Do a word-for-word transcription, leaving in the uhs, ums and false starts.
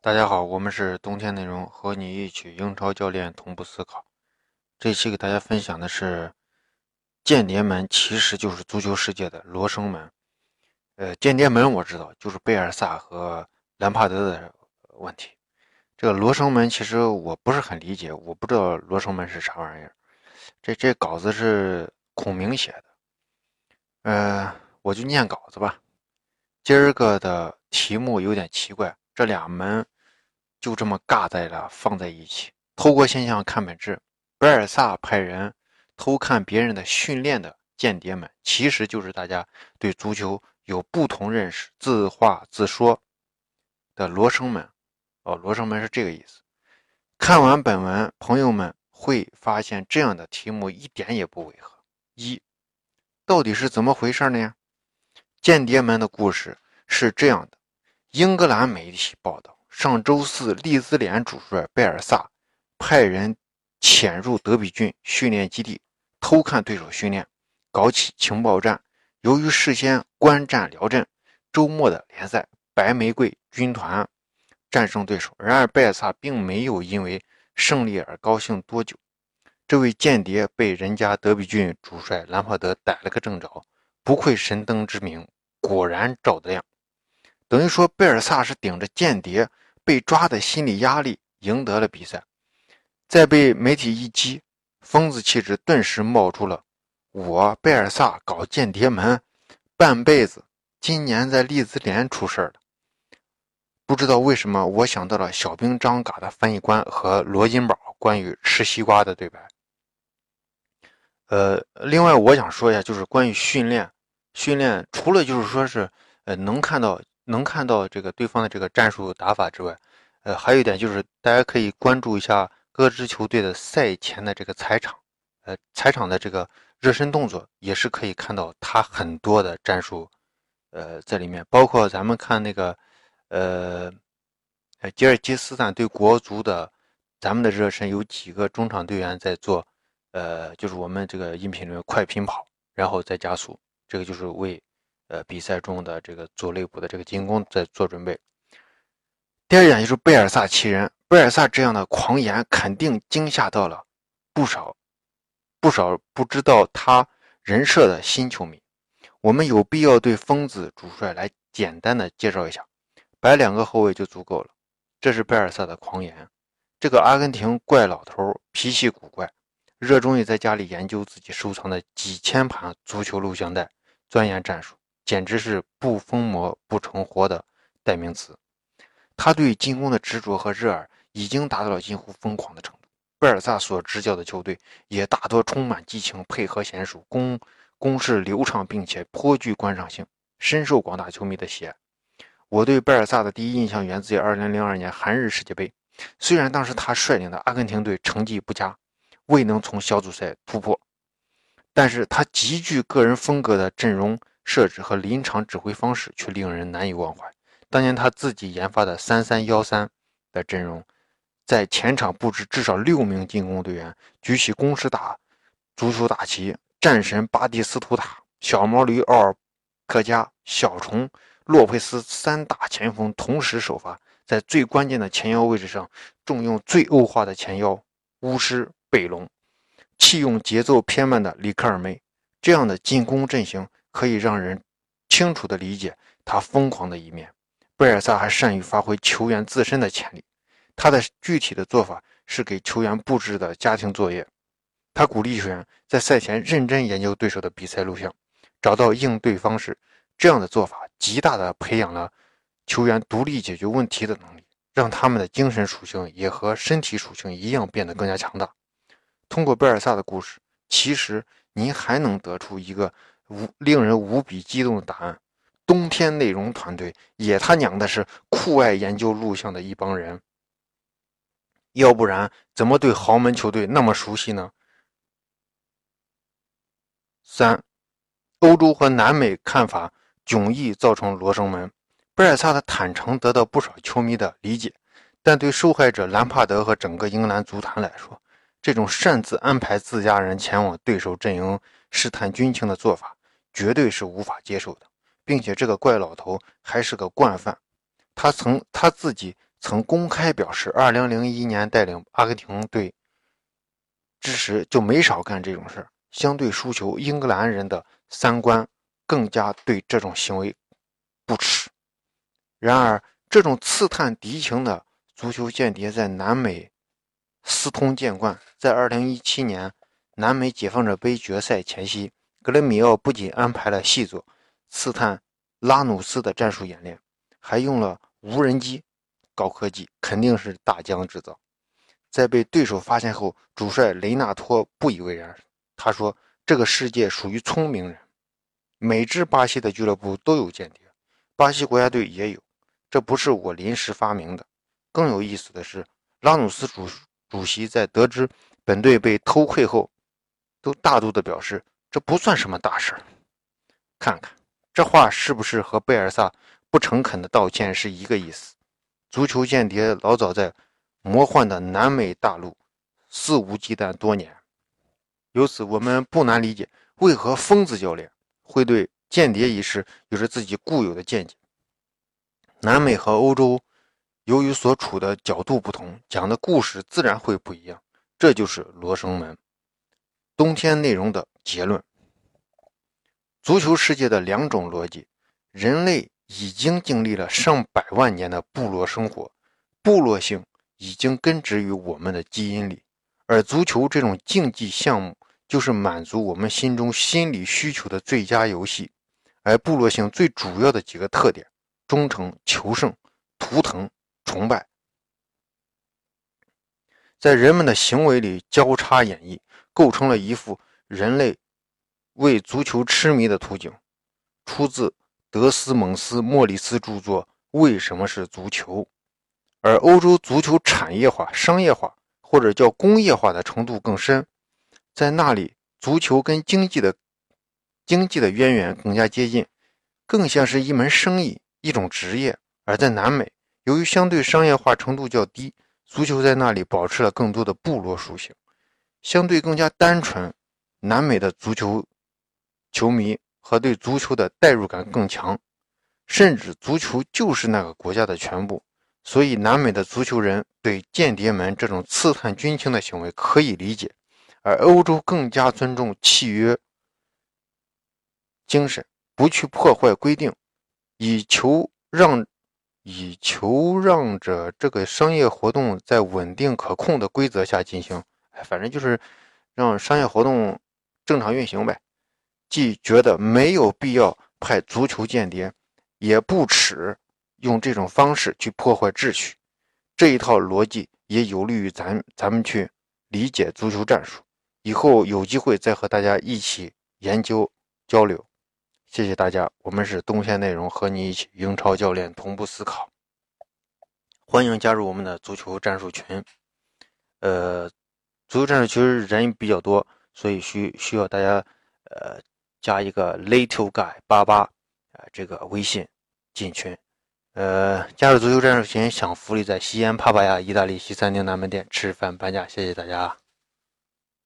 大家好，我们是冬天内容，和你一起英超教练同步思考。这一期给大家分享的是间谍门其实就是足球世界的罗生门。呃，间谍门我知道，就是贝尔萨和兰帕德的问题。这个罗生门其实我不是很理解，我不知道罗生门是啥玩意儿。这这稿子是孔明写的，呃，我就念稿子吧。今儿个的题目有点奇怪，这俩门就这么尬在了放在一起。透过现象看本质，贝尔萨派人偷看别人的训练的间谍们，其实就是大家对足球有不同认识、自话自说的罗生门。哦，罗生门是这个意思。看完本文，朋友们会发现这样的题目一点也不违和。一，到底是怎么回事呢呀？间谍门的故事是这样的：英格兰媒体报道，上周四，利兹联主帅贝尔萨派人潜入德比郡训练基地，偷看对手训练，搞起情报战。由于事先观战聊阵，周末的联赛，白玫瑰军团战胜对手。然而，贝尔萨并没有因为胜利而高兴多久。这位间谍被人家德比郡主帅兰帕德逮了个正着，不愧神灯之名，果然照得亮。等于说贝尔萨是顶着间谍被抓的心理压力赢得了比赛，再被媒体一激，疯子气质顿时冒出了我贝尔萨搞间谍门半辈子，今年在利兹联出事了。不知道为什么我想到了小兵张嘎的翻译官和罗金宝关于吃西瓜的对白。呃，另外我想说一下，就是关于训练，训练除了就是说是呃能看到能看到这个对方的这个战术打法之外，呃，还有一点就是大家可以关注一下各支球队的赛前的这个踩场，呃，踩场的这个热身动作也是可以看到他很多的战术，呃，在里面，包括咱们看那个，呃，吉尔吉斯坦对国足的，咱们的热身有几个中场队员在做。呃，就是我们这个音频里面快拼跑，然后再加速，这个就是为呃比赛中的这个左肋部的这个进攻在做准备。第二点就是贝尔萨奇人，贝尔萨这样的狂言肯定惊吓到了不少不少不知道他人设的新球迷。我们有必要对疯子主帅来简单的介绍一下，摆两个后卫就足够了。这是贝尔萨的狂言。这个阿根廷怪老头脾气古怪，热衷于在家里研究自己收藏的几千盘足球录像带，钻研战术，简直是不疯魔不成活的代名词。他对进攻的执着和热爱已经达到了近乎疯狂的程度。贝尔萨所执教的球队也大多充满激情，配合娴熟，攻攻势流畅，并且颇具观赏性，深受广大球迷的喜爱。我对贝尔萨的第一印象源自于二零零二年韩日世界杯，虽然当时他率领的阿根廷队成绩不佳，未能从小组赛突破，但是他极具个人风格的阵容设置和临场指挥方式却令人难以忘怀。当年他自己研发的三三一三的阵容，在前场布置至少六名进攻队员，举起攻势大足球大旗，战神巴蒂斯图塔、小毛驴奥尔克加、小虫洛佩斯三大前锋同时首发，在最关键的前腰位置上重用最欧化的前腰巫师贝隆，弃用节奏偏慢的里克尔梅。这样的进攻阵型可以让人清楚地理解他疯狂的一面。贝尔萨还善于发挥球员自身的潜力，他的具体的做法是给球员布置的家庭作业。他鼓励球员在赛前认真研究对手的比赛录像，找到应对方式。这样的做法极大地培养了球员独立解决问题的能力，让他们的精神属性也和身体属性一样变得更加强大。通过贝尔萨的故事，其实您还能得出一个无令人无比激动的答案：冬天内容团队也他娘的是酷爱研究录像的一帮人，要不然怎么对豪门球队那么熟悉呢？三，欧洲和南美看法迥异，造成罗生门。贝尔萨的坦诚得到不少球迷的理解，但对受害者兰帕德和整个英格兰足坛来说，这种擅自安排自家人前往对手阵营试探军情的做法绝对是无法接受的，并且这个怪老头还是个惯犯。他曾他自己曾公开表示，二零零一年带领阿根廷队之时就没少干这种事，相对输球，英格兰人的三观更加对这种行为不耻。然而，这种刺探敌情的足球间谍在南美私通见惯。在二零一七年南美解放者杯决赛前夕，格雷米奥不仅安排了细作刺探拉努斯的战术演练，还用了无人机，高科技肯定是大疆制造。在被对手发现后，主帅雷纳托不以为然，他说：“这个世界属于聪明人，每支巴西的俱乐部都有间谍，巴西国家队也有，这不是我临时发明的。”更有意思的是，拉努斯主主席在得知本队被偷窥后，都大度地表示：“这不算什么大事。”看看这话是不是和贝尔萨不诚恳的道歉是一个意思？足球间谍老早在魔幻的南美大陆肆无忌惮多年，由此我们不难理解为何疯子教练会对间谍一事有着自己固有的见解。南美和欧洲由于所处的角度不同，讲的故事自然会不一样，这就是罗生门。冬天内容的结论：足球世界的两种逻辑，人类已经经历了上百万年的部落生活，部落性已经根植于我们的基因里，而足球这种竞技项目就是满足我们心中心理需求的最佳游戏。而部落性最主要的几个特点：忠诚、求胜、图腾、崇拜，在人们的行为里交叉演绎，构成了一幅人类为足球痴迷的图景。出自德斯蒙斯莫里斯著作《为什么是足球》。而欧洲足球产业化、商业化或者叫工业化的程度更深，在那里足球跟经济的经济的渊源更加接近，更像是一门生意，一种职业。而在南美，由于相对商业化程度较低，足球在那里保持了更多的部落属性，相对更加单纯。南美的足球球迷和对足球的代入感更强，甚至足球就是那个国家的全部。所以南美的足球人对间谍门这种刺探军情的行为可以理解，而欧洲更加尊重契约精神，不去破坏规定，以求让以求让着这个商业活动在稳定可控的规则下进行，反正就是让商业活动正常运行呗。既觉得没有必要派足球间谍，也不耻用这种方式去破坏秩序。这一套逻辑也有利于咱咱们去理解足球战术。以后有机会再和大家一起研究交流。谢谢大家，我们是东线内容，和你一起英超教练同步思考。欢迎加入我们的足球战术群。呃，足球战术群人比较多，所以需需要大家呃加一个 little guy 八八啊这个微信进群。呃，加入足球战术群享福利，在西安帕帕亚意大利西餐厅南门店吃饭半价，谢谢大家。